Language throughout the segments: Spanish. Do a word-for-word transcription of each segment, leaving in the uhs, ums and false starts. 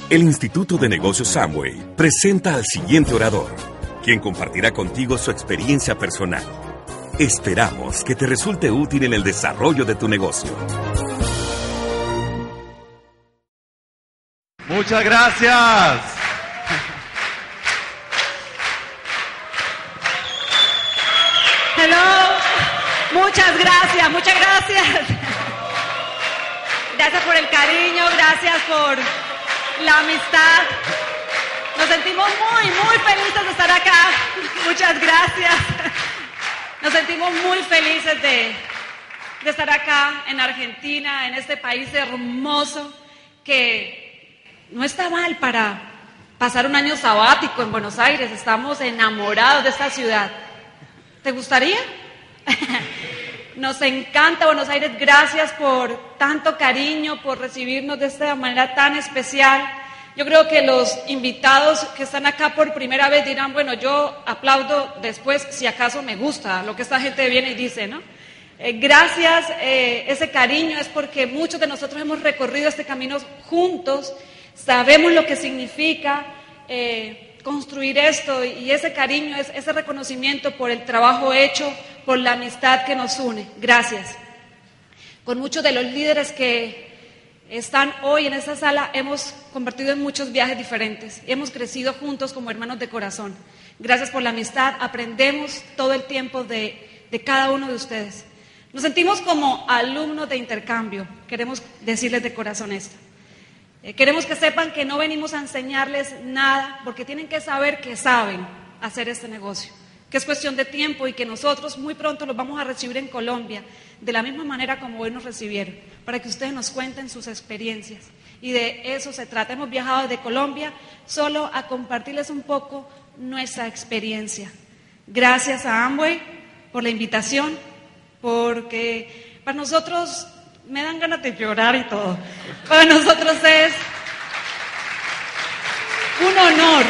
El Instituto de Negocios Amway presenta al siguiente orador, quien compartirá contigo su experiencia personal. Esperamos que te resulte útil en el desarrollo de tu negocio. Muchas gracias. Hello. Muchas gracias, muchas gracias. Gracias por el cariño, gracias por la amistad. Nos sentimos muy, muy felices de estar acá. Muchas gracias. Nos sentimos muy felices de, de estar acá en Argentina, en este país hermoso que no está mal para pasar un año sabático en Buenos Aires. Estamos enamorados de esta ciudad. ¿Te gustaría? Nos encanta Buenos Aires. Gracias por tanto cariño, por recibirnos de esta manera tan especial. Yo creo que los invitados que están acá por primera vez dirán, bueno, yo aplaudo después si acaso me gusta lo que esta gente viene y dice, ¿no? Eh, gracias, eh, ese cariño es porque muchos de nosotros hemos recorrido este camino juntos, sabemos lo que significa eh, construir esto, y ese cariño es ese reconocimiento por el trabajo hecho, por la amistad que nos une. Gracias. Con muchos de los líderes que están hoy en esta sala, hemos compartido en muchos viajes diferentes, hemos crecido juntos como hermanos de corazón. Gracias por la amistad, aprendemos todo el tiempo de, de cada uno de ustedes. Nos sentimos como alumnos de intercambio, queremos decirles de corazón esto. Eh, queremos que sepan que no venimos a enseñarles nada, porque tienen que saber que saben hacer este negocio, que es cuestión de tiempo y que nosotros muy pronto los vamos a recibir en Colombia, de la misma manera como hoy nos recibieron, para que ustedes nos cuenten sus experiencias. Y de eso se trata. Hemos viajado desde Colombia solo a compartirles un poco nuestra experiencia. Gracias a Amway por la invitación, porque para nosotros me dan ganas de llorar y todo. Para nosotros es un honor.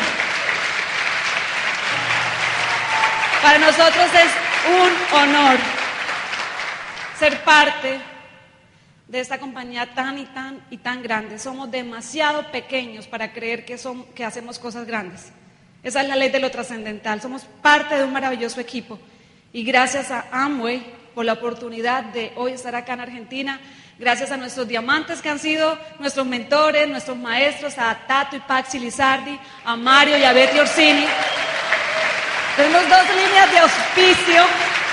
Para nosotros es un honor ser parte de esta compañía tan y tan y tan grande. Somos demasiado pequeños para creer que, son, que hacemos cosas grandes. Esa es la ley de lo trascendental. Somos parte de un maravilloso equipo. Y gracias a Amway por la oportunidad de hoy estar acá en Argentina. Gracias a nuestros diamantes que han sido nuestros mentores, nuestros maestros, a Tato y Paxi Lizardi, a Mario y a Betty Orsini. Tenemos dos líneas de auspicio.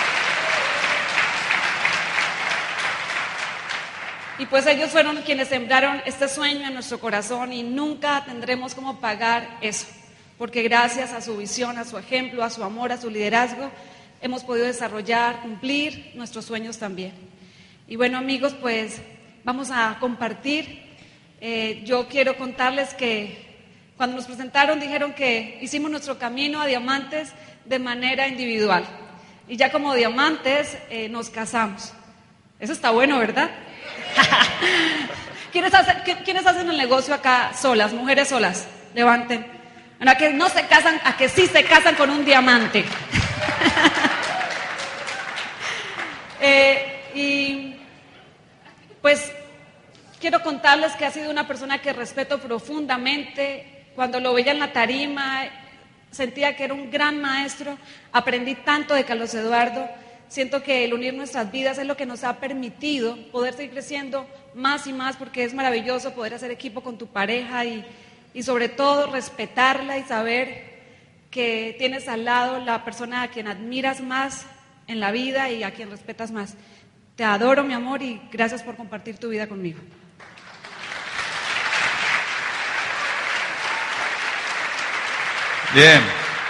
Y pues ellos fueron quienes sembraron este sueño en nuestro corazón y nunca tendremos cómo pagar eso. Porque gracias a su visión, a su ejemplo, a su amor, a su liderazgo, hemos podido desarrollar, cumplir nuestros sueños también. Y bueno, amigos, pues vamos a compartir. Eh, yo quiero contarles que cuando nos presentaron dijeron que hicimos nuestro camino a diamantes de manera individual. Y ya como diamantes eh, nos casamos. Eso está bueno, ¿verdad? ¿Quiénes hacen, ¿Quiénes hacen el negocio acá solas, mujeres solas? Levanten. ¿A que no se casan, a que sí se casan con un diamante? eh, y pues quiero contarles que ha sido una persona que respeto profundamente. Cuando lo veía en la tarima, sentía que era un gran maestro. Aprendí tanto de Carlos Eduardo. Siento que el unir nuestras vidas es lo que nos ha permitido poder seguir creciendo más y más, porque es maravilloso poder hacer equipo con tu pareja y, y sobre todo respetarla y saber que tienes al lado la persona a quien admiras más en la vida y a quien respetas más. Te adoro, mi amor, y gracias por compartir tu vida conmigo. Bien.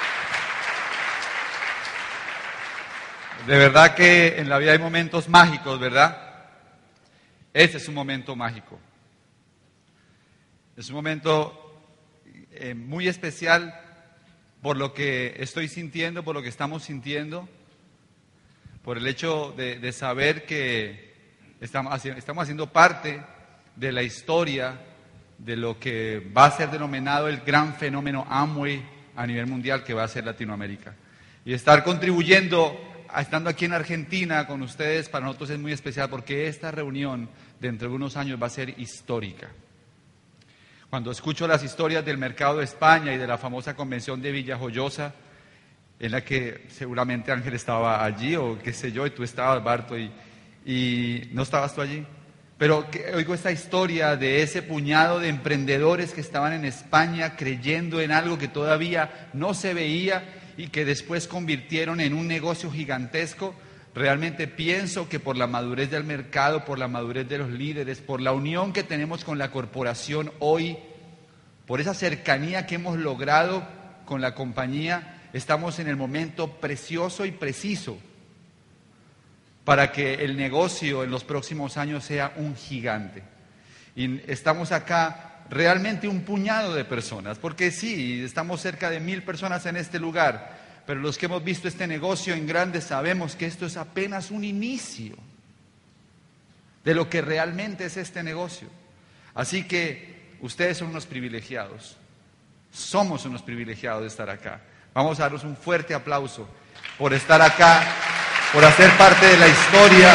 De verdad que en la vida hay momentos mágicos, ¿verdad? Este es un momento mágico. Es un momento eh, muy especial por lo que estoy sintiendo, por lo que estamos sintiendo, por el hecho de, de saber que estamos haciendo, estamos haciendo parte de la historia de lo que va a ser denominado el gran fenómeno Amway a nivel mundial, que va a ser Latinoamérica. Y estar contribuyendo, estando aquí en Argentina con ustedes, para nosotros es muy especial, porque esta reunión dentro de unos años va a ser histórica. Cuando escucho las historias del mercado de España y de la famosa convención de Villajoyosa, en la que seguramente Ángel estaba allí, o qué sé yo, y tú estabas, Barto, y, y no estabas tú allí. Pero que, oigo esta historia de ese puñado de emprendedores que estaban en España creyendo en algo que todavía no se veía y que después convirtieron en un negocio gigantesco. Realmente pienso que por la madurez del mercado, por la madurez de los líderes, por la unión que tenemos con la corporación hoy, por esa cercanía que hemos logrado con la compañía, estamos en el momento precioso y preciso para que el negocio en los próximos años sea un gigante. Y estamos acá realmente un puñado de personas, porque sí, estamos cerca de mil personas en este lugar, pero los que hemos visto este negocio en grande sabemos que esto es apenas un inicio de lo que realmente es este negocio. Así que ustedes son unos privilegiados, somos unos privilegiados de estar acá. Vamos a darles un fuerte aplauso por estar acá, por hacer parte de la historia.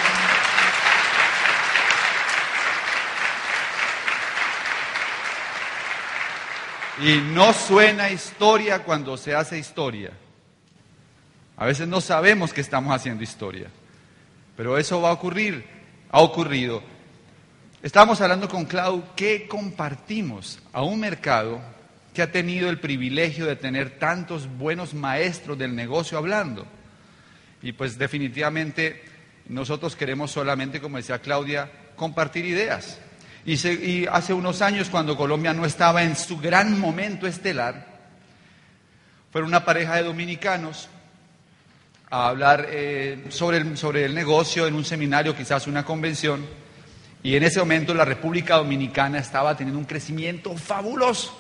Y no suena historia cuando se hace historia. A veces no sabemos que estamos haciendo historia, pero eso va a ocurrir, ha ocurrido. Estábamos hablando con Clau, ¿qué compartimos a un mercado que ha tenido el privilegio de tener tantos buenos maestros del negocio hablando? Y pues definitivamente nosotros queremos solamente, como decía Claudia, compartir ideas. Y, se, y hace unos años, cuando Colombia no estaba en su gran momento estelar, fueron una pareja de dominicanos a hablar eh, sobre, el, sobre el negocio en un seminario, quizás una convención, y en ese momento la República Dominicana estaba teniendo un crecimiento fabuloso.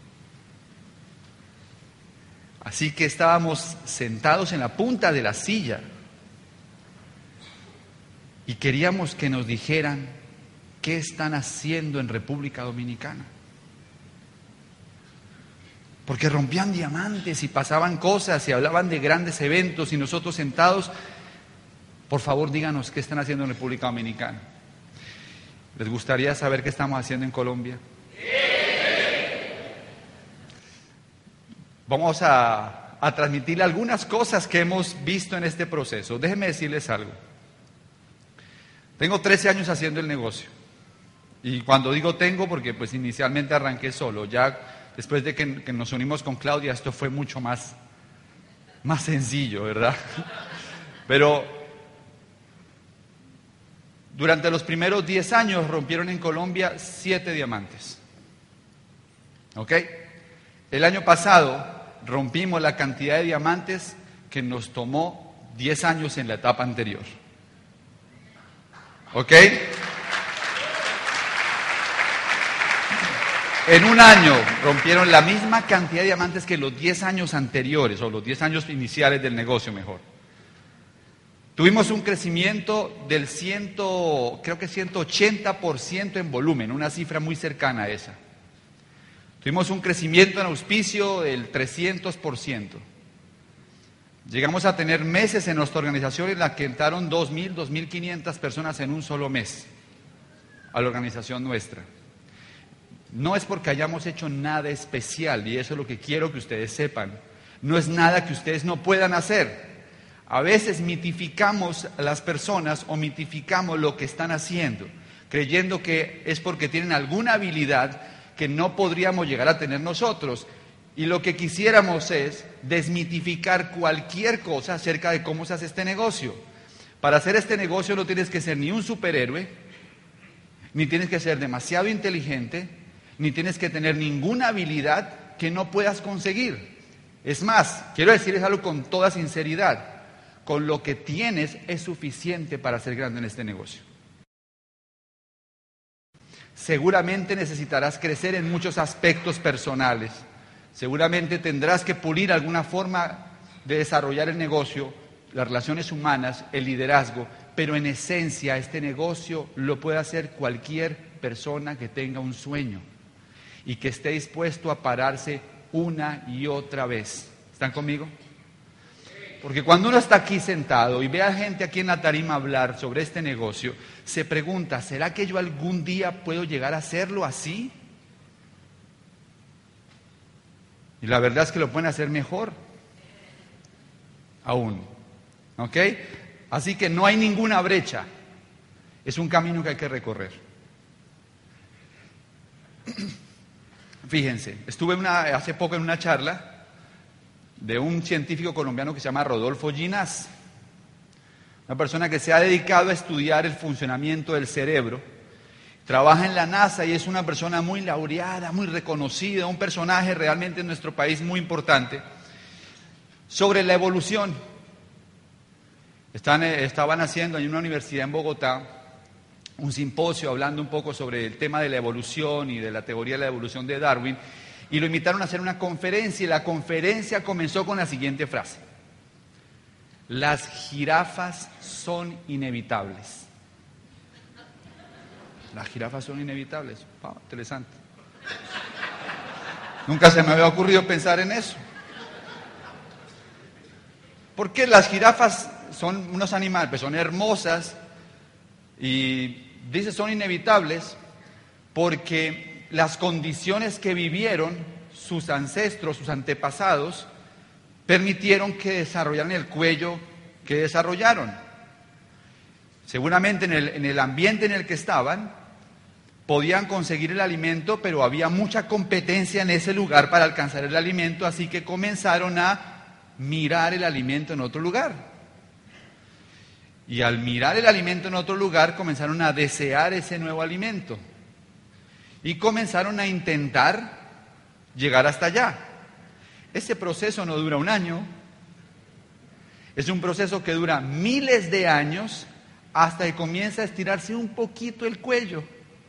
Así que estábamos sentados en la punta de la silla y queríamos que nos dijeran qué están haciendo en República Dominicana. Porque rompían diamantes y pasaban cosas y hablaban de grandes eventos y nosotros sentados, por favor díganos qué están haciendo en República Dominicana. ¿Les gustaría saber qué estamos haciendo en Colombia? Vamos a, a transmitirle algunas cosas que hemos visto en este proceso. Déjenme decirles algo. Tengo trece años haciendo el negocio. Y cuando digo tengo, porque pues inicialmente arranqué solo. Ya después de que, que nos unimos con Claudia, esto fue mucho más, más sencillo, ¿verdad? Pero durante los primeros diez años rompieron en Colombia siete diamantes. ¿Ok? El año pasado rompimos la cantidad de diamantes que nos tomó diez años en la etapa anterior. ¿Ok? En un año rompieron la misma cantidad de diamantes que los diez años anteriores, o los diez años iniciales del negocio, mejor. Tuvimos un crecimiento del ciento, creo que ciento ochenta por ciento en volumen, una cifra muy cercana a esa. Tuvimos un crecimiento en auspicio del trescientos por ciento. Llegamos a tener meses en nuestra organización en la que entraron dos mil, dos mil quinientas personas en un solo mes a la organización nuestra. No es porque hayamos hecho nada especial, y eso es lo que quiero que ustedes sepan. No es nada que ustedes no puedan hacer. A veces mitificamos a las personas o mitificamos lo que están haciendo, creyendo que es porque tienen alguna habilidad que no podríamos llegar a tener nosotros. Y lo que quisiéramos es desmitificar cualquier cosa acerca de cómo se hace este negocio. Para hacer este negocio no tienes que ser ni un superhéroe, ni tienes que ser demasiado inteligente, ni tienes que tener ninguna habilidad que no puedas conseguir. Es más, quiero decirles algo con toda sinceridad, con lo que tienes es suficiente para ser grande en este negocio. Seguramente necesitarás crecer en muchos aspectos personales, seguramente tendrás que pulir alguna forma de desarrollar el negocio, las relaciones humanas, el liderazgo, pero en esencia este negocio lo puede hacer cualquier persona que tenga un sueño y que esté dispuesto a pararse una y otra vez. ¿Están conmigo? Porque cuando uno está aquí sentado y ve a gente aquí en la tarima hablar sobre este negocio, se pregunta, ¿será que yo algún día puedo llegar a hacerlo así? Y la verdad es que lo pueden hacer mejor aún. ¿Ok? Así que no hay ninguna brecha. Es un camino que hay que recorrer. Fíjense, estuve una, hace poco en una charla de un científico colombiano que se llama Rodolfo Ginás. Una persona que se ha dedicado a estudiar el funcionamiento del cerebro. Trabaja en la NASA y es una persona muy laureada, muy reconocida, un personaje realmente en nuestro país muy importante. Sobre la evolución. Están, estaban haciendo en una universidad en Bogotá un simposio hablando un poco sobre el tema de la evolución y de la teoría de la evolución de Darwin, y lo invitaron a hacer una conferencia, y la conferencia comenzó con la siguiente frase: las jirafas son inevitables. Las jirafas son inevitables. Oh, interesante. Nunca se me había ocurrido pensar en eso. Porque las jirafas son unos animales, pues son hermosas, y dice son inevitables porque las condiciones que vivieron sus ancestros, sus antepasados, permitieron que desarrollaran el cuello que desarrollaron. Seguramente en el, en el ambiente en el que estaban, podían conseguir el alimento, pero había mucha competencia en ese lugar para alcanzar el alimento, así que comenzaron a mirar el alimento en otro lugar. Y al mirar el alimento en otro lugar, comenzaron a desear ese nuevo alimento. Y comenzaron a intentar llegar hasta allá. Ese proceso no dura un año. Es un proceso que dura miles de años hasta que comienza a estirarse un poquito el cuello.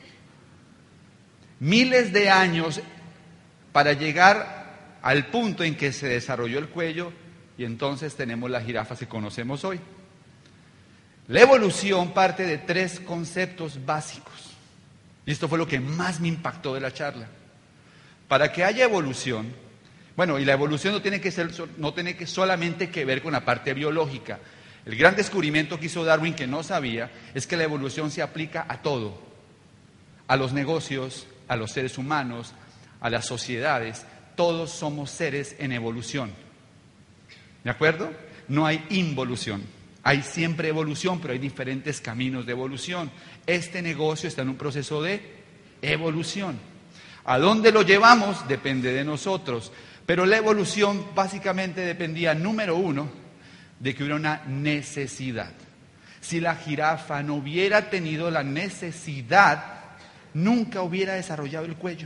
Miles de años para llegar al punto en que se desarrolló el cuello y entonces tenemos las jirafas que conocemos hoy. La evolución parte de tres conceptos básicos. Y esto fue lo que más me impactó de la charla. Para que haya evolución, bueno, y la evolución no tiene que ser, no tiene que solamente que ver con la parte biológica. El gran descubrimiento que hizo Darwin, que no sabía, es que la evolución se aplica a todo. A los negocios, a los seres humanos, a las sociedades. Todos somos seres en evolución. ¿De acuerdo? No hay involución. Hay siempre evolución, pero hay diferentes caminos de evolución. Este negocio está en un proceso de evolución. ¿A dónde lo llevamos? Depende de nosotros. Pero la evolución básicamente dependía, número uno, de que hubiera una necesidad. Si la jirafa no hubiera tenido la necesidad, nunca hubiera desarrollado el cuello.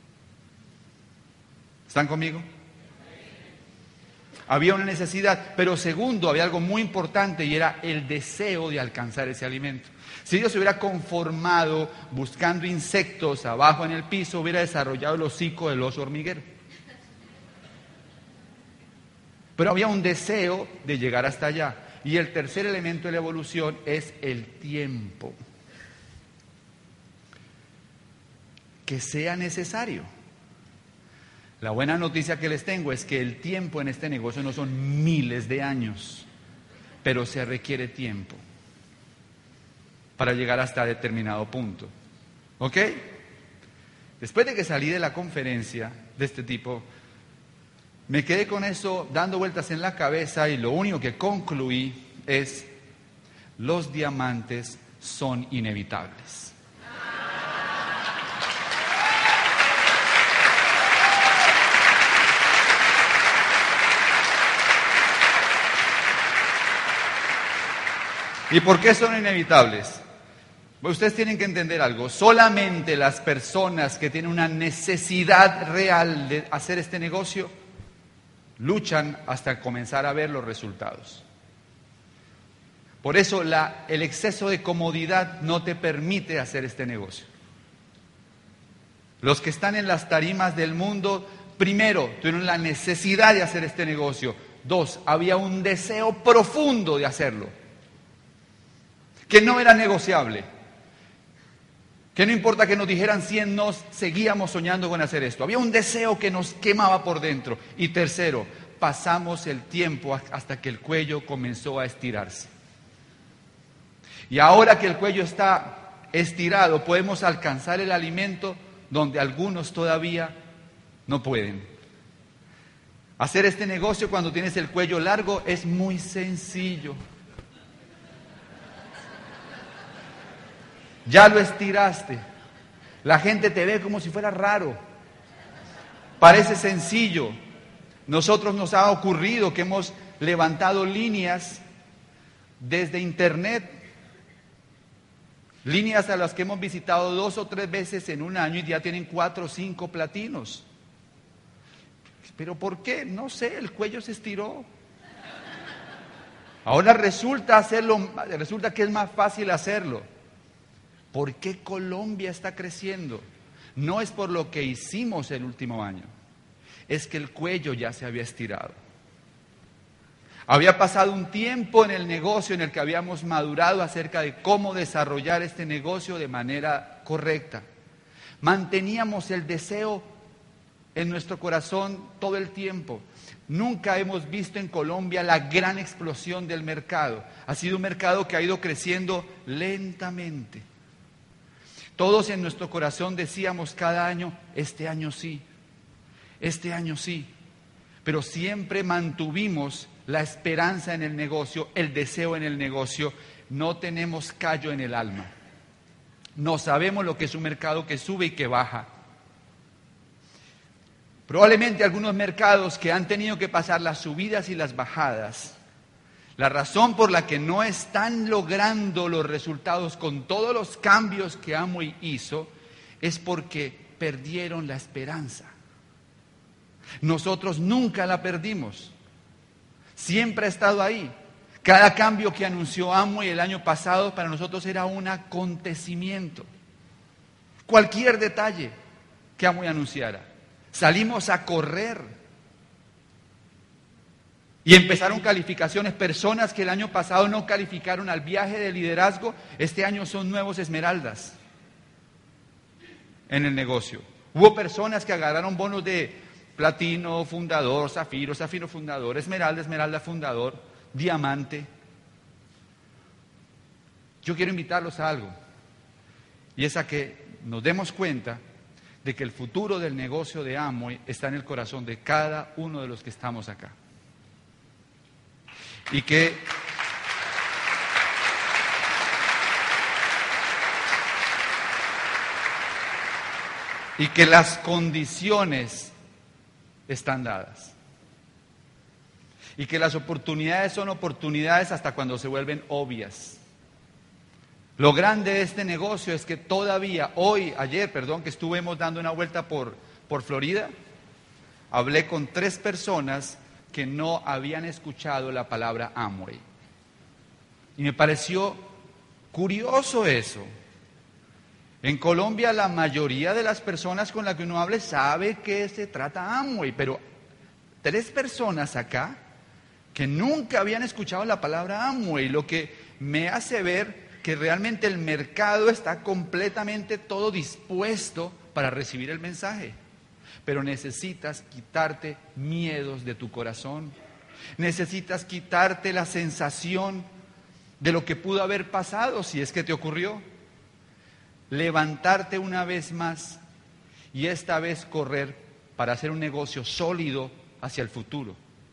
¿Están conmigo? Había una necesidad, pero segundo, había algo muy importante y era el deseo de alcanzar ese alimento. Si ella se hubiera conformado buscando insectos abajo en el piso, hubiera desarrollado el hocico del oso hormiguero. Pero había un deseo de llegar hasta allá. Y el tercer elemento de la evolución es el tiempo. Que sea necesario. La buena noticia que les tengo es que el tiempo en este negocio no son miles de años, pero se requiere tiempo para llegar hasta determinado punto. ¿Ok? Después de que salí de la conferencia de este tipo, me quedé con eso dando vueltas en la cabeza y lo único que concluí es: los diamantes son inevitables. ¿Y por qué son inevitables? Pues ustedes tienen que entender algo. Solamente las personas que tienen una necesidad real de hacer este negocio luchan hasta comenzar a ver los resultados. Por eso la, el exceso de comodidad no te permite hacer este negocio. Los que están en las tarimas del mundo, primero, tuvieron la necesidad de hacer este negocio. Dos, había un deseo profundo de hacerlo, que no era negociable, que no importa que nos dijeran cien nos, seguíamos soñando con hacer esto. Había un deseo que nos quemaba por dentro. Y tercero, pasamos el tiempo hasta que el cuello comenzó a estirarse. Y ahora que el cuello está estirado, podemos alcanzar el alimento donde algunos todavía no pueden. Hacer este negocio cuando tienes el cuello largo es muy sencillo. Ya lo estiraste. La gente te ve como si fuera raro. Parece sencillo. Nosotros nos ha ocurrido que hemos levantado líneas desde internet, líneas a las que hemos visitado dos o tres veces en un año y ya tienen cuatro o cinco platinos. ¿Pero por qué? No sé, el cuello se estiró. Ahora resulta hacerlo, resulta que es más fácil hacerlo. ¿Por qué Colombia está creciendo? No es por lo que hicimos el último año, es que el cuello ya se había estirado. Había pasado un tiempo en el negocio en el que habíamos madurado acerca de cómo desarrollar este negocio de manera correcta. Manteníamos el deseo en nuestro corazón todo el tiempo. Nunca hemos visto en Colombia la gran explosión del mercado. Ha sido un mercado que ha ido creciendo lentamente. Todos en nuestro corazón decíamos cada año, este año sí, este año sí. Pero siempre mantuvimos la esperanza en el negocio, el deseo en el negocio. No tenemos callo en el alma. No sabemos lo que es un mercado que sube y que baja. Probablemente algunos mercados que han tenido que pasar las subidas y las bajadas, la razón por la que no están logrando los resultados con todos los cambios que Amway hizo es porque perdieron la esperanza. Nosotros nunca la perdimos. Siempre ha estado ahí. Cada cambio que anunció Amway el año pasado para nosotros era un acontecimiento. Cualquier detalle que Amway anunciara, salimos a correr. Y empezaron calificaciones, personas que el año pasado no calificaron al viaje de liderazgo, este año son nuevos esmeraldas en el negocio. Hubo personas que agarraron bonos de platino, fundador, zafiro, zafiro fundador, esmeralda, esmeralda fundador, diamante. Yo quiero invitarlos a algo, y es a que nos demos cuenta de que el futuro del negocio de Amway está en el corazón de cada uno de los que estamos acá. Y que y que las condiciones están dadas. Y que las oportunidades son oportunidades hasta cuando se vuelven obvias. Lo grande de este negocio es que todavía, hoy, ayer, perdón, que estuvimos dando una vuelta por, por Florida, hablé con tres personas que no habían escuchado la palabra Amway. Y me pareció curioso eso. En Colombia la mayoría de las personas con las que uno hable sabe que se trata Amway, pero tres personas acá que nunca habían escuchado la palabra Amway, lo que me hace ver que realmente el mercado está completamente todo dispuesto para recibir el mensaje. Pero necesitas quitarte miedos de tu corazón. Necesitas quitarte la sensación de lo que pudo haber pasado si es que te ocurrió. Levantarte una vez más y esta vez correr para hacer un negocio sólido hacia el futuro.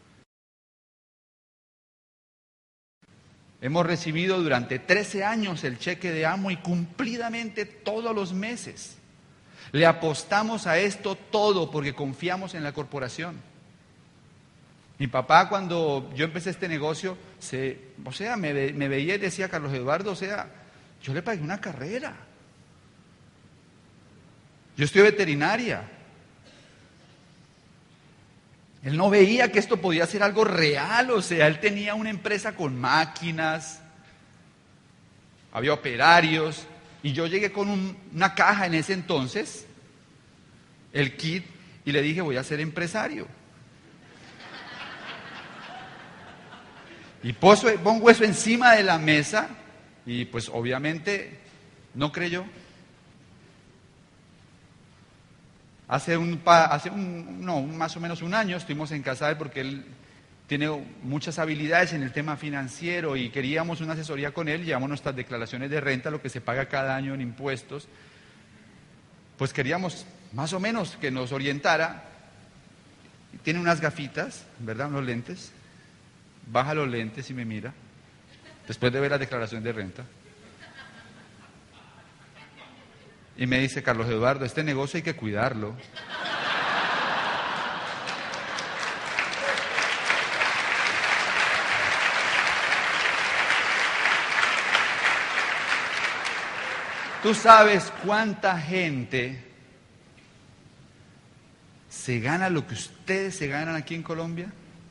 Hemos recibido durante trece años el cheque de Amway cumplidamente todos los meses. Le apostamos a esto todo porque confiamos en la corporación. Mi papá, cuando yo empecé este negocio, se, o sea, me, me veía y decía, Carlos Eduardo, o sea, yo le pagué una carrera. Yo estoy veterinaria. Él no veía que esto podía ser algo real, o sea, él tenía una empresa con máquinas, había operarios. Y yo llegué con un, una caja en ese entonces, el kit, y le dije, voy a ser empresario. Y puso, pongo eso encima de la mesa, y pues obviamente no creyó. Hace, un, hace un, no, más o menos un año estuvimos en casa de él porque él tiene muchas habilidades en el tema financiero y queríamos una asesoría con él, llevamos nuestras declaraciones de renta, lo que se paga cada año en impuestos, pues queríamos más o menos que nos orientara. tiene unas gafitas, ¿verdad? Unos lentes. Baja los lentes y me mira, después de ver la declaración de renta. Y me dice, Carlos Eduardo, este negocio hay que cuidarlo. ¿Tú sabes cuánta gente se gana lo que ustedes se ganan aquí en Colombia?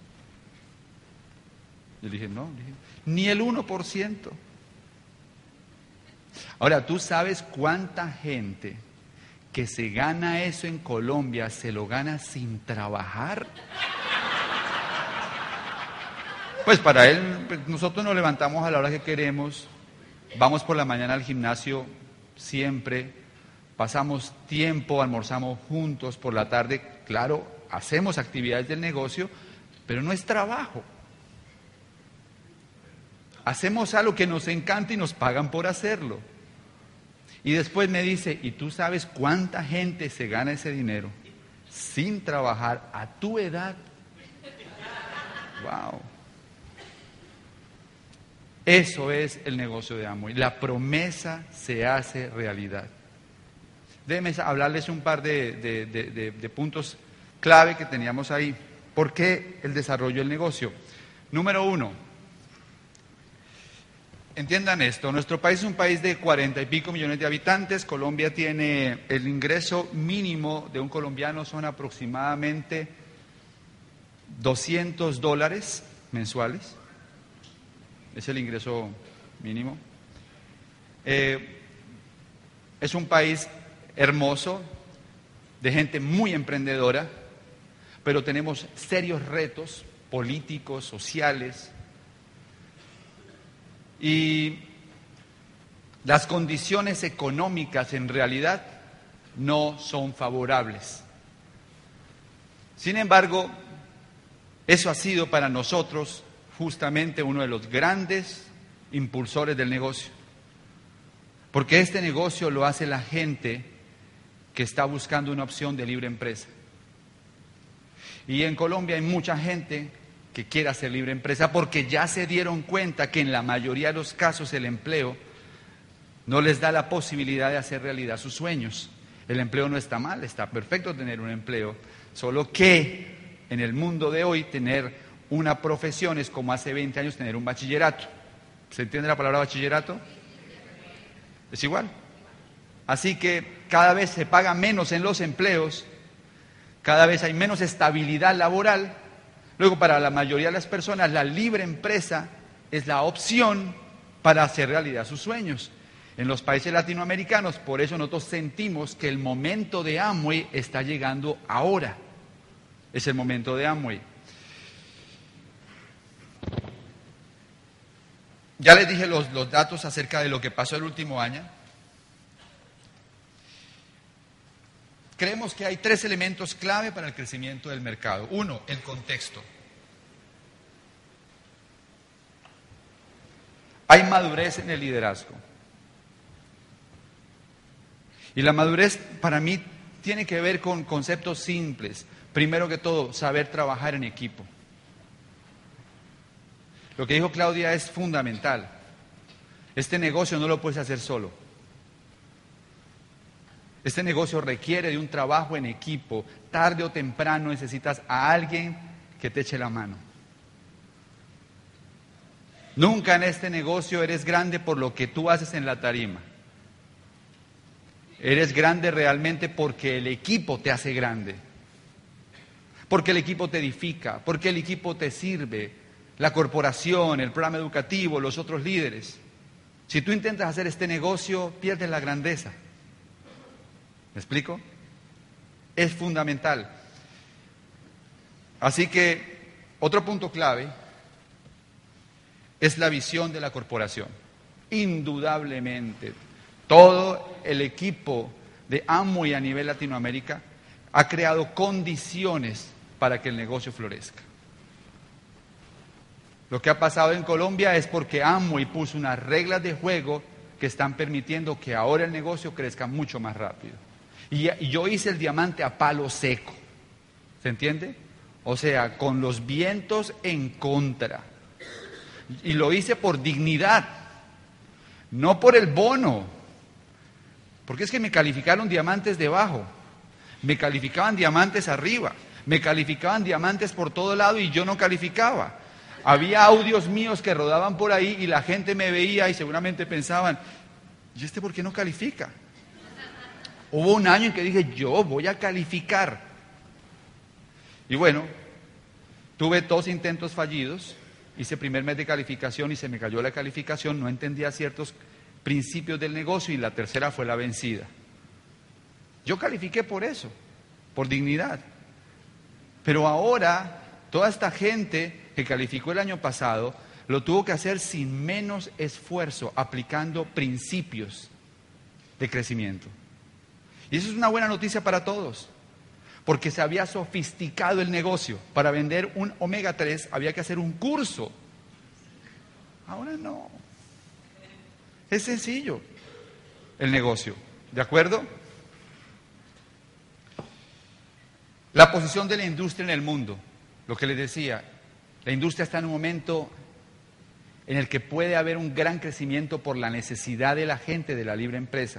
Yo le dije, no, le dije, ni el uno por ciento. Ahora, ¿tú sabes cuánta gente que se gana eso en Colombia se lo gana sin trabajar? Pues para él, pues nosotros nos levantamos a la hora que queremos, vamos por la mañana al gimnasio siempre, pasamos tiempo, almorzamos juntos, por la tarde, claro, hacemos actividades del negocio, pero no es trabajo. Hacemos algo que nos encanta y nos pagan por hacerlo. Y después me dice, ¿y tú sabes cuánta gente se gana ese dinero sin trabajar a tu edad? Wow. Eso es el negocio de Amway. La promesa se hace realidad. Déjenme hablarles un par de, de, de, de, de puntos clave que teníamos ahí. ¿Por qué el desarrollo del negocio? Número uno, entiendan esto, nuestro país es un país de cuarenta y pico millones de habitantes. Colombia tiene el ingreso mínimo de un colombiano, son aproximadamente doscientos dólares mensuales. Es el ingreso mínimo. Eh, es un país hermoso, de gente muy emprendedora, pero tenemos serios retos políticos, sociales, y las condiciones económicas en realidad no son favorables. Sin embargo, eso ha sido para nosotros justamente uno de los grandes impulsores del negocio, porque este negocio lo hace la gente que está buscando una opción de libre empresa. Y en Colombia hay mucha gente que quiere hacer libre empresa porque ya se dieron cuenta que en la mayoría de los casos el empleo no les da la posibilidad de hacer realidad sus sueños. El empleo no está mal, está perfecto tener un empleo, solo que en el mundo de hoy tener una profesión es como hace veinte años tener un bachillerato. ¿Se entiende la palabra bachillerato? Es igual. Así que cada vez se paga menos en los empleos, cada vez hay menos estabilidad laboral. Luego, para la mayoría de las personas, la libre empresa es la opción para hacer realidad sus sueños. En los países latinoamericanos, por eso nosotros sentimos que el momento de Amway está llegando ahora. Es el momento de Amway. Ya les dije los, los datos acerca de lo que pasó el último año. Creemos que hay tres elementos clave para el crecimiento del mercado. Uno, el contexto. Hay madurez en el liderazgo. Y la madurez para mí tiene que ver con conceptos simples. Primero que todo, saber trabajar en equipo. Lo que dijo Claudia es fundamental. Este negocio no lo puedes hacer solo. Este negocio requiere de un trabajo en equipo. Tarde o temprano necesitas a alguien que te eche la mano. Nunca en este negocio eres grande por lo que tú haces en la tarima. Eres grande realmente porque el equipo te hace grande. Porque el equipo te edifica, porque el equipo te sirve. La corporación, el programa educativo, los otros líderes. Si tú intentas hacer este negocio, pierdes la grandeza. ¿Me explico? Es fundamental. Así que, otro punto clave es la visión de la corporación. Indudablemente, todo el equipo de Amway a nivel Latinoamérica ha creado condiciones para que el negocio florezca. Lo que ha pasado en Colombia es porque Amway puso unas reglas de juego que están permitiendo que ahora el negocio crezca mucho más rápido. Y, y yo hice el diamante a palo seco. ¿Se entiende? O sea, con los vientos en contra. Y lo hice por dignidad, no por el bono. Porque es que me calificaron diamantes debajo, me calificaban diamantes arriba, me calificaban diamantes por todo lado y yo no calificaba. Había audios míos que rodaban por ahí y la gente me veía y seguramente pensaban, ¿y este por qué no califica? Hubo un año en que dije, yo voy a calificar. Y bueno, tuve dos intentos fallidos, hice primer mes de calificación y se me cayó la calificación, no entendía ciertos principios del negocio y la tercera fue la vencida. Yo califiqué por eso, por dignidad. Pero ahora, toda esta gente que calificó el año pasado, lo tuvo que hacer sin menos esfuerzo, aplicando principios de crecimiento. Y eso es una buena noticia para todos, porque se había sofisticado el negocio. Para vender un omega tres había que hacer un curso. Ahora no. Es sencillo el negocio, ¿de acuerdo? La posición de la industria en el mundo, lo que les decía, la industria está en un momento en el que puede haber un gran crecimiento por la necesidad de la gente de la libre empresa.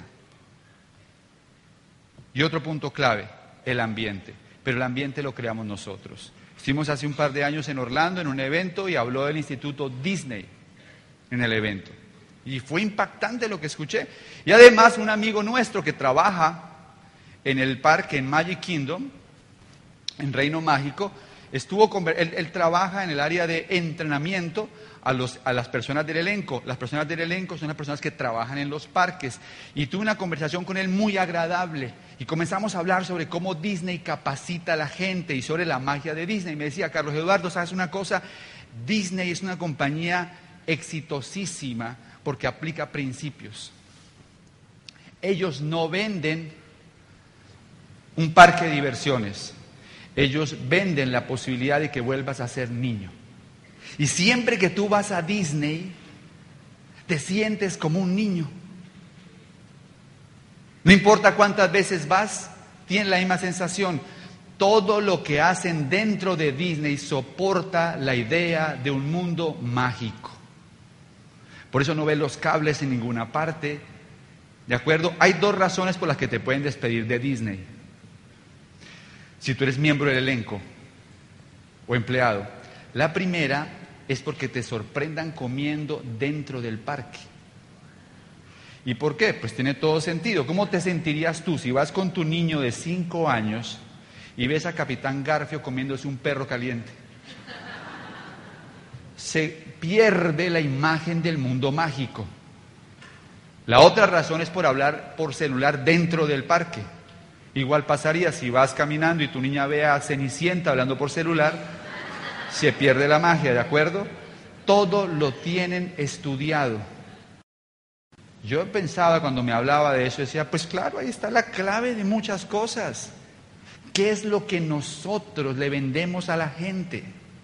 Y otro punto clave, el ambiente. Pero el ambiente lo creamos nosotros. Estuvimos hace un par de años en Orlando en un evento y habló del Instituto Disney en el evento. Y fue impactante lo que escuché. Y además un amigo nuestro que trabaja en el parque en Magic Kingdom, en Reino Mágico, estuvo con, él, él trabaja en el área de entrenamiento a, los, a las personas del elenco. Las personas del elenco son las personas que trabajan en los parques. Y tuve una conversación con él muy agradable. Y comenzamos a hablar sobre cómo Disney capacita a la gente y sobre la magia de Disney. Y me decía, Carlos Eduardo, ¿sabes una cosa? Disney es una compañía exitosísima porque aplica principios. Ellos no venden un parque de diversiones. Ellos venden la posibilidad de que vuelvas a ser niño. Y siempre que tú vas a Disney, te sientes como un niño. No importa cuántas veces vas, tienes la misma sensación. Todo lo que hacen dentro de Disney soporta la idea de un mundo mágico. Por eso no ves los cables en ninguna parte. ¿De acuerdo? Hay dos razones por las que te pueden despedir de Disney. Si tú eres miembro del elenco o empleado. La primera es porque te sorprendan comiendo dentro del parque. ¿Y por qué? Pues tiene todo sentido. ¿Cómo te sentirías tú si vas con tu niño de cinco años y ves a Capitán Garfio comiéndose un perro caliente? Se pierde la imagen del mundo mágico. La otra razón es por hablar por celular dentro del parque. Igual pasaría si vas caminando y tu niña ve a Cenicienta hablando por celular, se pierde la magia, ¿de acuerdo? Todo lo tienen estudiado. Yo pensaba cuando me hablaba de eso, decía, pues claro, ahí está la clave de muchas cosas. ¿Qué es lo que nosotros le vendemos a la gente?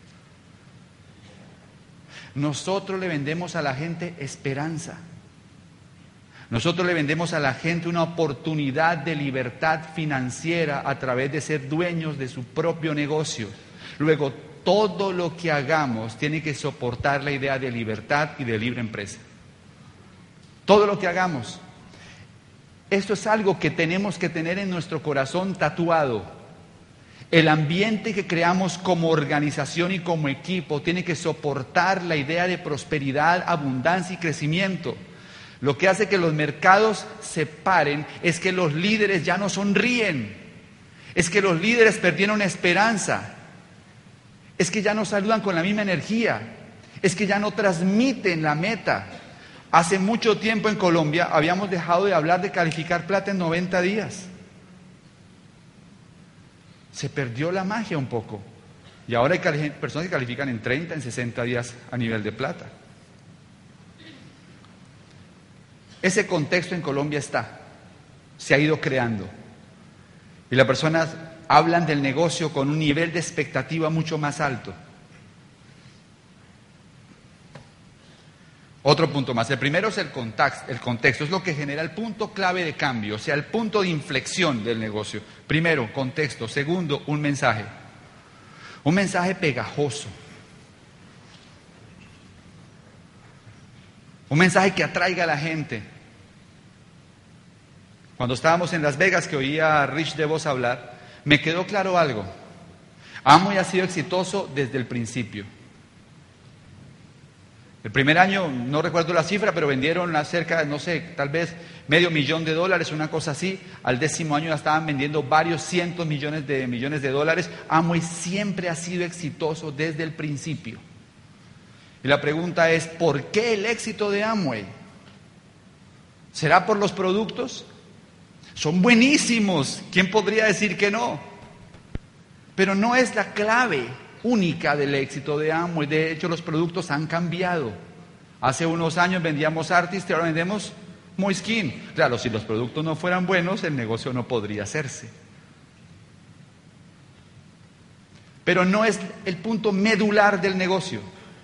Nosotros le vendemos a la gente esperanza. Nosotros le vendemos a la gente una oportunidad de libertad financiera a través de ser dueños de su propio negocio. Luego, todo lo que hagamos tiene que soportar la idea de libertad y de libre empresa. Todo lo que hagamos. Esto es algo que tenemos que tener en nuestro corazón tatuado. El ambiente que creamos como organización y como equipo tiene que soportar la idea de prosperidad, abundancia y crecimiento. Lo que hace que los mercados se paren es que los líderes ya no sonríen, es que los líderes perdieron esperanza, es que ya no saludan con la misma energía, es que ya no transmiten la meta. Hace mucho tiempo en Colombia habíamos dejado de hablar de calificar plata en noventa días. Se perdió la magia un poco. Y ahora hay personas que califican en treinta, en sesenta días a nivel de plata. Ese contexto en Colombia está, se ha ido creando. Y las personas hablan del negocio con un nivel de expectativa mucho más alto. Otro punto más. El primero es el contexto, el contexto, es lo que genera el punto clave de cambio, o sea, el punto de inflexión del negocio. Primero, contexto. Segundo, un mensaje. Un mensaje pegajoso. Un mensaje que atraiga a la gente. Cuando estábamos en Las Vegas, que oía a Rich DeVos hablar, me quedó claro algo. Amway ha sido exitoso desde el principio. El primer año, no recuerdo la cifra, pero vendieron cerca, no sé, tal vez medio millón de dólares, una cosa así. Al décimo año ya estaban vendiendo varios cientos millones de millones de dólares. Amway siempre ha sido exitoso desde el principio. Y la pregunta es, ¿por qué el éxito de Amway? ¿Será por los productos? Son buenísimos, ¿quién podría decir que no? Pero no es la clave única del éxito de Amway. De hecho, los productos han cambiado. Hace unos años vendíamos Artist y ahora vendemos Moiskin. Claro, si los productos no fueran buenos, el negocio no podría hacerse. Pero no es el punto medular del negocio.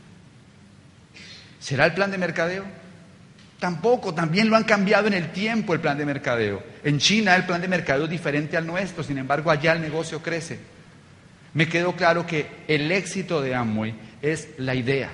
¿Será el plan de mercadeo? Tampoco, también lo han cambiado en el tiempo el plan de mercadeo. En China el plan de mercadeo es diferente al nuestro, sin embargo allá el negocio crece. Me quedó claro que el éxito de Amway es la idea.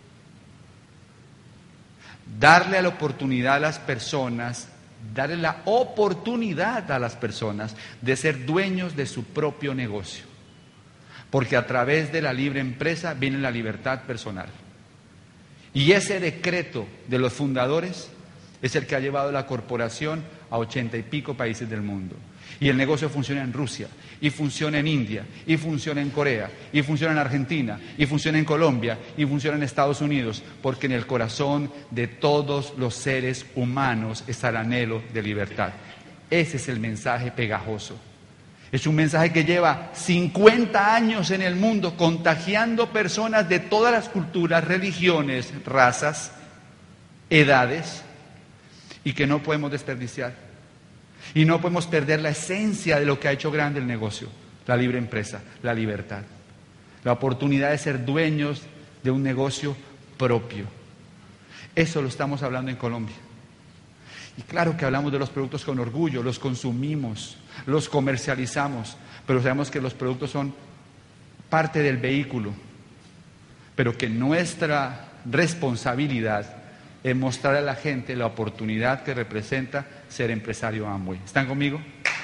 Darle la oportunidad a las personas, darle la oportunidad a las personas de ser dueños de su propio negocio. Porque a través de la libre empresa viene la libertad personal. Y ese decreto de los fundadores es el que ha llevado la corporación a ochenta y pico países del mundo. Y el negocio funciona en Rusia, y funciona en India, y funciona en Corea, y funciona en Argentina, y funciona en Colombia, y funciona en Estados Unidos, porque en el corazón de todos los seres humanos está el anhelo de libertad. Ese es el mensaje pegajoso. Es un mensaje que lleva cincuenta años en el mundo, contagiando personas de todas las culturas, religiones, razas, edades, y que no podemos desperdiciar. Y no podemos perder la esencia de lo que ha hecho grande el negocio, la libre empresa, la libertad, la oportunidad de ser dueños de un negocio propio. Eso lo estamos hablando en Colombia. Y claro que hablamos de los productos con orgullo, los consumimos, los comercializamos, pero sabemos que los productos son parte del vehículo, pero que nuestra responsabilidad es mostrar a la gente la oportunidad que representa ser empresario Amway. ¿Están conmigo?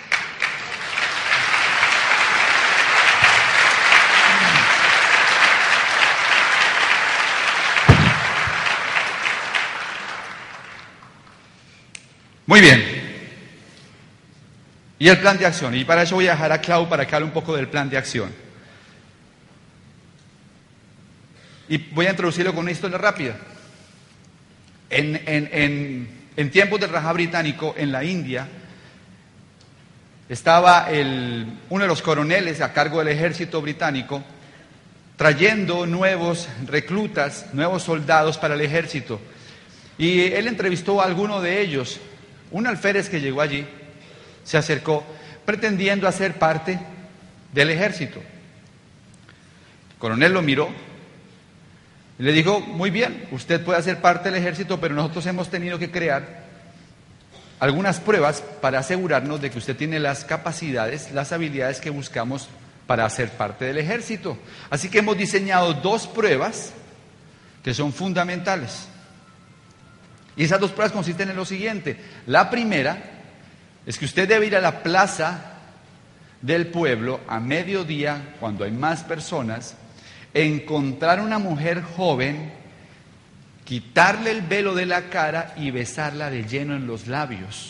Muy bien. Y el plan de acción. Y para eso voy a dejar a Clau para que hable un poco del plan de acción. Y voy a introducirlo con una historia rápida. En, en, en, en tiempos del Rajá británico, en la India, estaba el, uno de los coroneles a cargo del ejército británico trayendo nuevos reclutas, nuevos soldados para el ejército. Y él entrevistó a alguno de ellos. Un alférez que llegó allí se acercó pretendiendo hacer parte del ejército. El coronel lo miró y le dijo, muy bien, usted puede hacer parte del ejército, pero nosotros hemos tenido que crear algunas pruebas para asegurarnos de que usted tiene las capacidades, las habilidades que buscamos para hacer parte del ejército. Así que hemos diseñado dos pruebas que son fundamentales. Y esas dos pruebas consisten en lo siguiente. La primera es que usted debe ir a la plaza del pueblo a mediodía, cuando hay más personas, encontrar una mujer joven, quitarle el velo de la cara y besarla de lleno en los labios.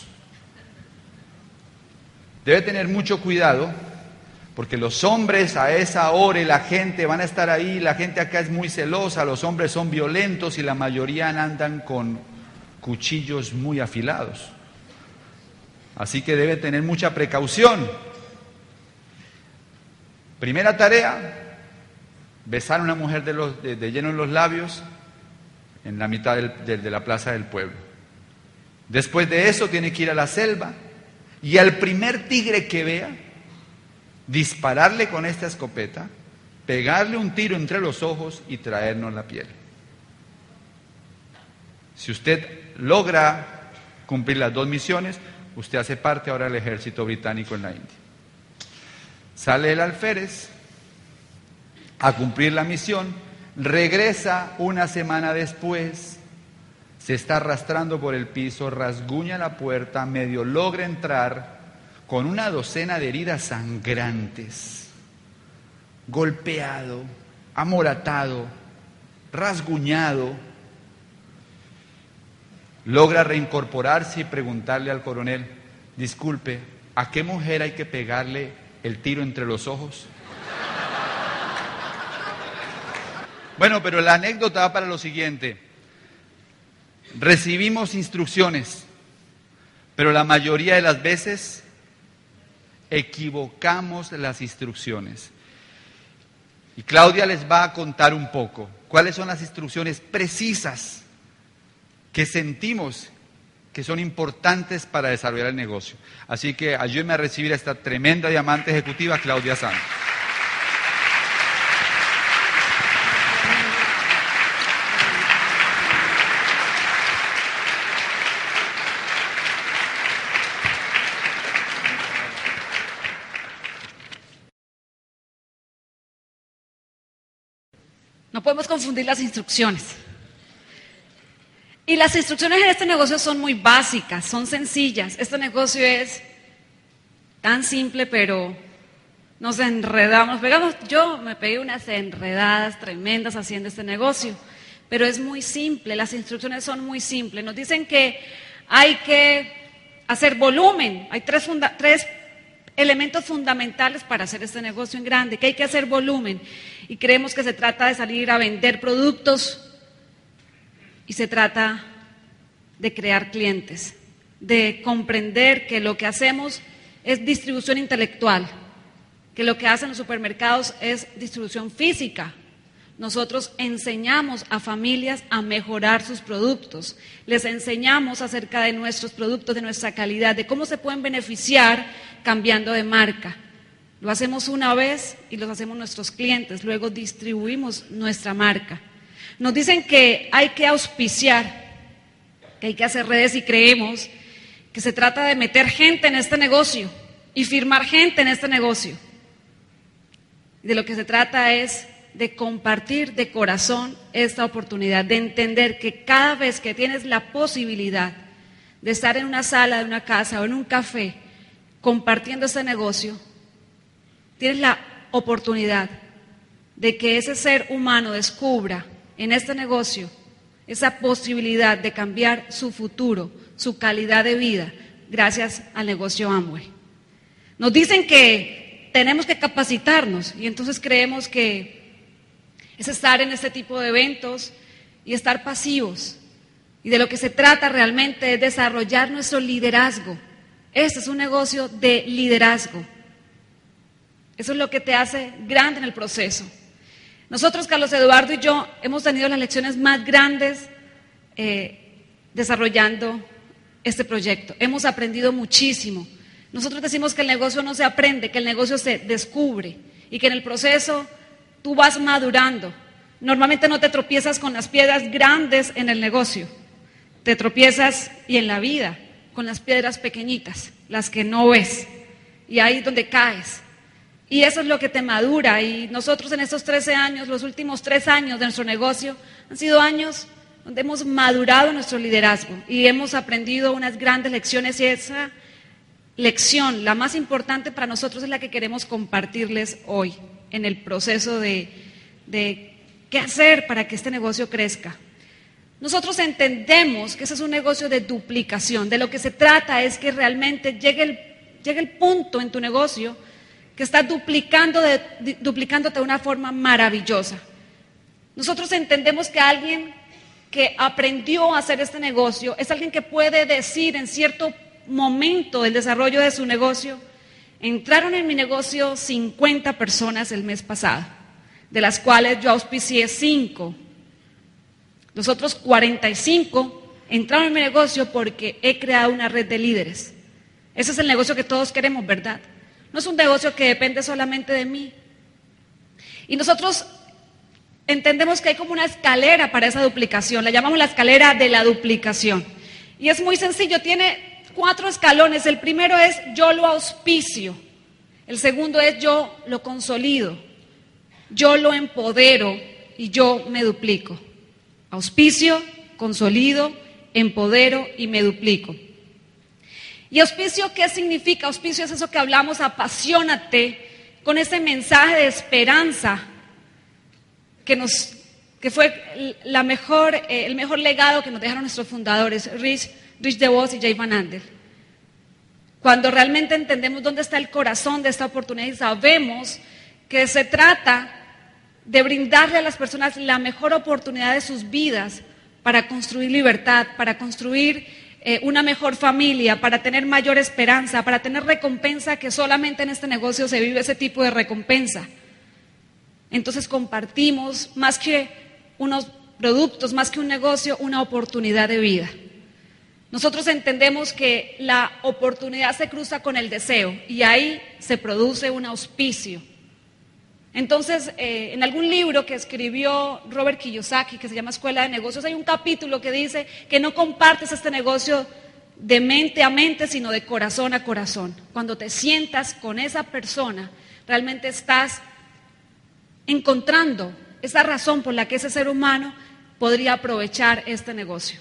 Debe tener mucho cuidado, porque los hombres a esa hora y la gente van a estar ahí, la gente acá es muy celosa, los hombres son violentos y la mayoría andan con cuchillos muy afilados. Así que debe tener mucha precaución. Primera tarea, besar a una mujer de, los, de, de lleno en los labios en la mitad del, de, de la plaza del pueblo. Después de eso tiene que ir a la selva y al primer tigre que vea, dispararle con esta escopeta, pegarle un tiro entre los ojos y traernos la piel. Si usted logra cumplir las dos misiones, usted hace parte ahora del ejército británico en la India. Sale el alférez a cumplir la misión, regresa una semana después, se está arrastrando por el piso, rasguña la puerta, medio logra entrar con una docena de heridas sangrantes, golpeado, amoratado, rasguñado. Logra reincorporarse y preguntarle al coronel: disculpe, ¿a qué mujer hay que pegarle el tiro entre los ojos? Bueno, pero la anécdota va para lo siguiente. Recibimos instrucciones, pero la mayoría de las veces equivocamos las instrucciones. Y Claudia les va a contar un poco cuáles son las instrucciones precisas que sentimos que son importantes para desarrollar el negocio. Así que ayúdenme a recibir a esta tremenda diamante ejecutiva, Claudia Santos. No podemos confundir las instrucciones. Y las instrucciones en este negocio son muy básicas, son sencillas. Este negocio es tan simple, pero nos enredamos. Pegamos, yo me pegué unas enredadas tremendas haciendo este negocio, pero es muy simple, las instrucciones son muy simples. Nos dicen que hay que hacer volumen, hay tres, funda- tres elementos fundamentales para hacer este negocio en grande, que hay que hacer volumen. Y creemos que se trata de salir a vender productos y se trata de crear clientes, de comprender que lo que hacemos es distribución intelectual, que lo que hacen los supermercados es distribución física. Nosotros enseñamos a familias a mejorar sus productos, les enseñamos acerca de nuestros productos, de nuestra calidad, de cómo se pueden beneficiar cambiando de marca. Lo hacemos una vez y los hacemos nuestros clientes, luego distribuimos nuestra marca. Nos dicen que hay que auspiciar, que hay que hacer redes y creemos que se trata de meter gente en este negocio y firmar gente en este negocio. De lo que se trata es de compartir de corazón esta oportunidad, de entender que cada vez que tienes la posibilidad de estar en una sala de una casa o en un café compartiendo este negocio, tienes la oportunidad de que ese ser humano descubra en este negocio esa posibilidad de cambiar su futuro, su calidad de vida, gracias al negocio Amway. Nos dicen que tenemos que capacitarnos y entonces creemos que es estar en este tipo de eventos y estar pasivos. Y de lo que se trata realmente es desarrollar nuestro liderazgo. Este es un negocio de liderazgo. Eso es lo que te hace grande en el proceso. Nosotros, Carlos Eduardo y yo, hemos tenido las lecciones más grandes eh, desarrollando este proyecto. Hemos aprendido muchísimo. Nosotros decimos que el negocio no se aprende, que el negocio se descubre y que en el proceso tú vas madurando. Normalmente no te tropiezas con las piedras grandes en el negocio, te tropiezas y en la vida con las piedras pequeñitas, las que no ves, y ahí es donde caes. Y eso es lo que te madura. Y nosotros en estos trece años, los últimos tres años de nuestro negocio, han sido años donde hemos madurado nuestro liderazgo y hemos aprendido unas grandes lecciones, y esa lección, la más importante para nosotros, es la que queremos compartirles hoy en el proceso de, de qué hacer para que este negocio crezca. Nosotros entendemos que ese es un negocio de duplicación. De lo que se trata es que realmente llegue el, llegue el punto en tu negocio que estás duplicando de, duplicándote de una forma maravillosa. Nosotros entendemos que alguien que aprendió a hacer este negocio es alguien que puede decir en cierto momento del desarrollo de su negocio: entraron en mi negocio cincuenta personas el mes pasado, de las cuales yo auspicié cinco. Los otros cuarenta y cinco entraron en mi negocio porque he creado una red de líderes. Ese es el negocio que todos queremos, ¿verdad? No es un negocio que depende solamente de mí. Y nosotros entendemos que hay como una escalera para esa duplicación, la llamamos la escalera de la duplicación. Y es muy sencillo, tiene cuatro escalones. El primero es yo lo auspicio, el segundo es yo lo consolido, yo lo empodero y yo me duplico. Auspicio, consolido, empodero y me duplico. ¿Y auspicio qué significa? Auspicio es eso que hablamos, apasionate, con ese mensaje de esperanza que, nos, que fue la mejor, eh, el mejor legado que nos dejaron nuestros fundadores, Rich, Rich DeVos y Jay Van Andel. Cuando realmente entendemos dónde está el corazón de esta oportunidad y sabemos que se trata de brindarle a las personas la mejor oportunidad de sus vidas para construir libertad, para construir eh, una mejor familia, para tener mayor esperanza, para tener recompensa, que solamente en este negocio se vive ese tipo de recompensa. Entonces compartimos más que unos productos, más que un negocio, una oportunidad de vida. Nosotros entendemos que la oportunidad se cruza con el deseo y ahí se produce un auspicio. Entonces, eh, en algún libro que escribió Robert Kiyosaki, que se llama Escuela de Negocios, hay un capítulo que dice que no compartes este negocio de mente a mente, sino de corazón a corazón. Cuando te sientas con esa persona, realmente estás encontrando esa razón por la que ese ser humano podría aprovechar este negocio.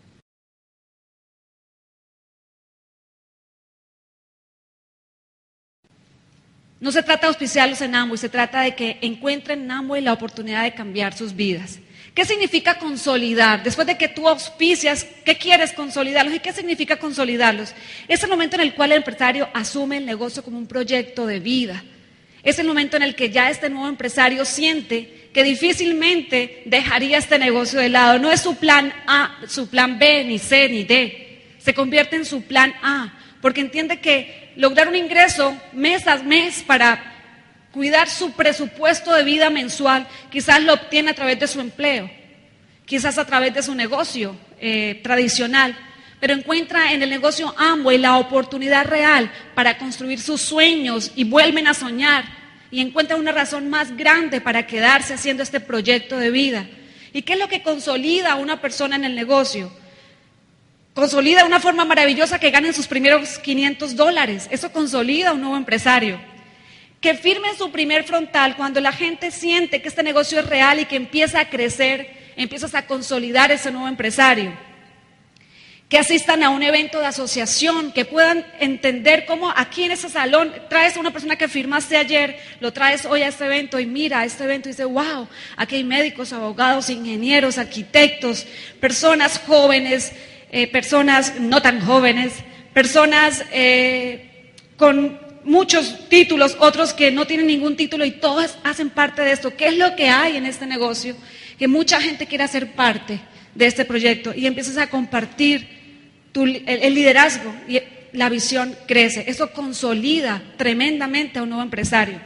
No se trata de auspiciarlos en Amway, se trata de que encuentren en Amway la oportunidad de cambiar sus vidas. ¿Qué significa consolidar? Después de que tú auspicias, ¿qué quieres consolidarlos? ¿Y qué significa consolidarlos? Es el momento en el cual el empresario asume el negocio como un proyecto de vida. Es el momento en el que ya este nuevo empresario siente que difícilmente dejaría este negocio de lado. No es su plan A, su plan B, ni C, ni D. Se convierte en su plan A, porque entiende que lograr un ingreso mes a mes para cuidar su presupuesto de vida mensual, quizás lo obtiene a través de su empleo, quizás a través de su negocio eh, tradicional, pero encuentra en el negocio Amway la oportunidad real para construir sus sueños y vuelven a soñar y encuentran una razón más grande para quedarse haciendo este proyecto de vida. ¿Y qué es lo que consolida a una persona en el negocio? Consolida de una forma maravillosa que ganen sus primeros quinientos dólares. Eso consolida a un nuevo empresario. Que firme su primer frontal cuando la gente siente que este negocio es real y que empieza a crecer, empiezas a consolidar ese nuevo empresario. Que asistan a un evento de asociación, que puedan entender cómo aquí en ese salón traes a una persona que firmaste ayer, lo traes hoy a este evento y mira a este evento y dice, wow, aquí hay médicos, abogados, ingenieros, arquitectos, personas jóvenes, Eh, personas no tan jóvenes, personas eh, con muchos títulos, otros que no tienen ningún título y todos hacen parte de esto. ¿Qué es lo que hay en este negocio? Que mucha gente quiere ser parte de este proyecto y empiezas a compartir tu, el, el liderazgo y la visión crece. Eso consolida tremendamente a un nuevo empresario.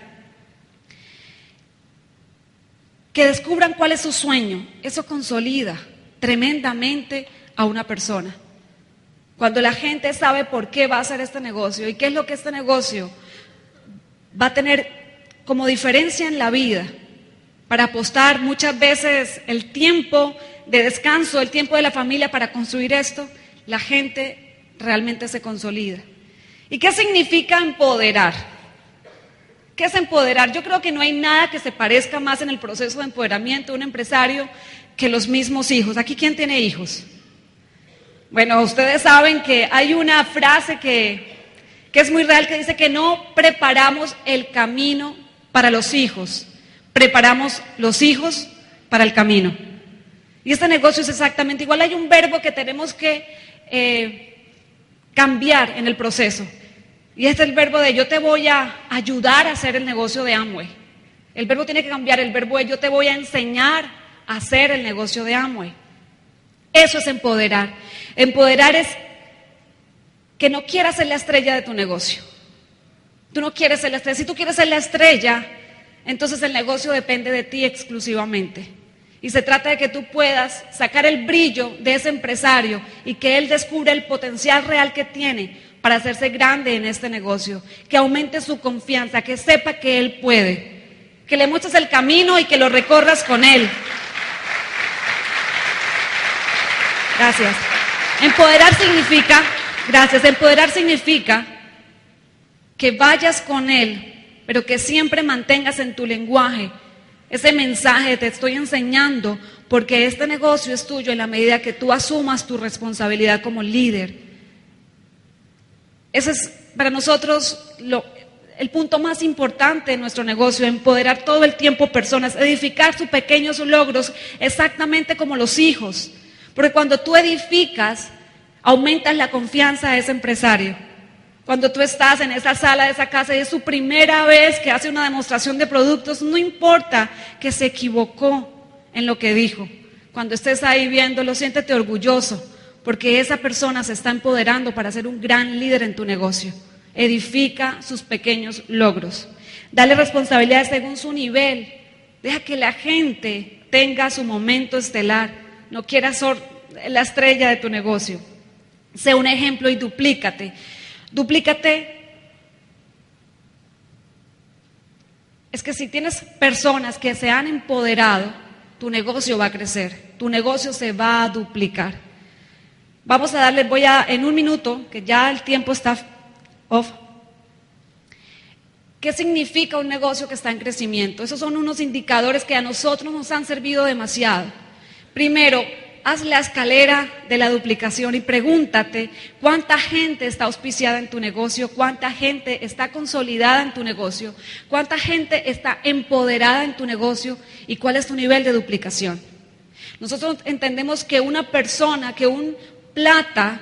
Que descubran cuál es su sueño, eso consolida tremendamente a una persona. Cuando la gente sabe por qué va a hacer este negocio y qué es lo que este negocio va a tener como diferencia en la vida, para apostar muchas veces el tiempo de descanso, el tiempo de la familia para construir esto, la gente realmente se consolida. ¿Y qué significa empoderar? ¿Qué es empoderar? Yo creo que no hay nada que se parezca más en el proceso de empoderamiento de un empresario que los mismos hijos. ¿Aquí quién tiene hijos? Bueno, ustedes saben que hay una frase que, que es muy real, que dice que no preparamos el camino para los hijos, preparamos los hijos para el camino. Y este negocio es exactamente igual. Hay un verbo que tenemos que eh, cambiar en el proceso. Y este es el verbo de yo te voy a ayudar a hacer el negocio de Amway. El verbo tiene que cambiar, el verbo de yo te voy a enseñar a hacer el negocio de Amway. Eso es empoderar. Empoderar es que no quieras ser la estrella de tu negocio. Tú no quieres ser la estrella. Si tú quieres ser la estrella, entonces el negocio depende de ti exclusivamente. Y se trata de que tú puedas sacar el brillo de ese empresario y que él descubra el potencial real que tiene para hacerse grande en este negocio. Que aumente su confianza, que sepa que él puede. Que le muestres el camino y que lo recorras con él. Gracias. Empoderar significa, gracias, empoderar significa que vayas con él, pero que siempre mantengas en tu lenguaje ese mensaje, te estoy enseñando porque este negocio es tuyo en la medida que tú asumas tu responsabilidad como líder. Ese es para nosotros lo, el punto más importante de nuestro negocio, empoderar todo el tiempo personas, edificar sus pequeños logros exactamente como los hijos. Porque cuando tú edificas, aumentas la confianza de ese empresario. Cuando tú estás en esa sala de esa casa y es su primera vez que hace una demostración de productos, no importa que se equivocó en lo que dijo. Cuando estés ahí viéndolo, siéntete orgulloso, porque esa persona se está empoderando para ser un gran líder en tu negocio. Edifica sus pequeños logros. Dale responsabilidades según su nivel. Deja que la gente tenga su momento estelar. No quieras ser la estrella de tu negocio. Sé un ejemplo y duplícate. Duplícate. Es que si tienes personas que se han empoderado, tu negocio va a crecer. Tu negocio se va a duplicar. Vamos a darle, voy a, en un minuto, que ya el tiempo está off. ¿Qué significa un negocio que está en crecimiento? Esos son unos indicadores que a nosotros nos han servido demasiado. Primero, haz la escalera de la duplicación y pregúntate cuánta gente está auspiciada en tu negocio, cuánta gente está consolidada en tu negocio, cuánta gente está empoderada en tu negocio y cuál es tu nivel de duplicación. Nosotros entendemos que una persona, que un plata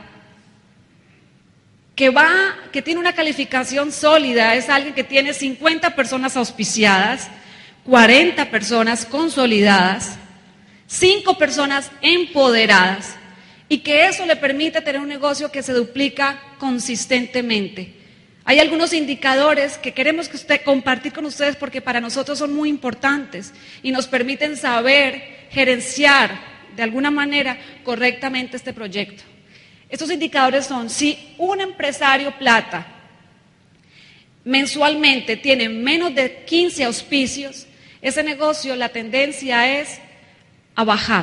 que va, que tiene una calificación sólida es alguien que tiene cincuenta personas auspiciadas, cuarenta personas consolidadas, cinco personas empoderadas y que eso le permite tener un negocio que se duplica consistentemente. Hay algunos indicadores que queremos que usted compartir con ustedes porque para nosotros son muy importantes y nos permiten saber gerenciar de alguna manera correctamente este proyecto. Estos indicadores son: si un empresario plata mensualmente tiene menos de quince auspicios, ese negocio, la tendencia es a bajar.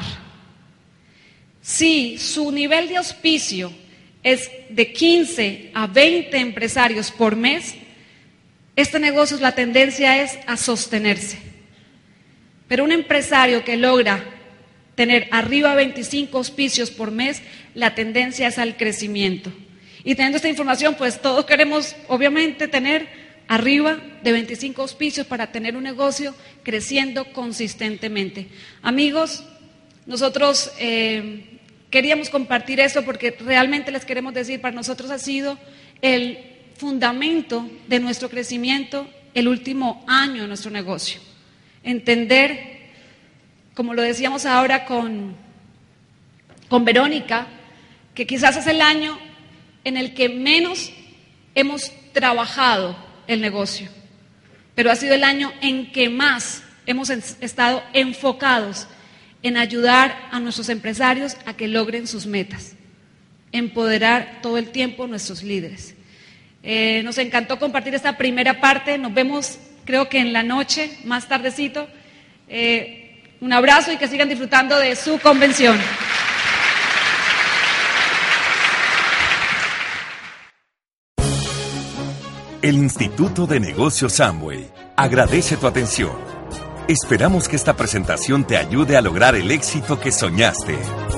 Si su nivel de auspicio es de quince a veinte empresarios por mes, este negocio, la tendencia es a sostenerse. Pero un empresario que logra tener arriba de veinticinco auspicios por mes, la tendencia es al crecimiento. Y teniendo esta información, pues todos queremos obviamente tener arriba de veinticinco auspicios para tener un negocio creciendo consistentemente. Amigos, nosotros eh, queríamos compartir esto porque realmente les queremos decir, para nosotros ha sido el fundamento de nuestro crecimiento el último año de nuestro negocio. Entender, como lo decíamos ahora con, con Verónica, que quizás es el año en el que menos hemos trabajado el negocio, pero ha sido el año en que más hemos estado enfocados en ayudar a nuestros empresarios a que logren sus metas, empoderar todo el tiempo a nuestros líderes. Eh, nos encantó compartir esta primera parte, nos vemos creo que en la noche, más tardecito. Eh, un abrazo y que sigan disfrutando de su convención. El Instituto de Negocios Amway agradece tu atención. Esperamos que esta presentación te ayude a lograr el éxito que soñaste.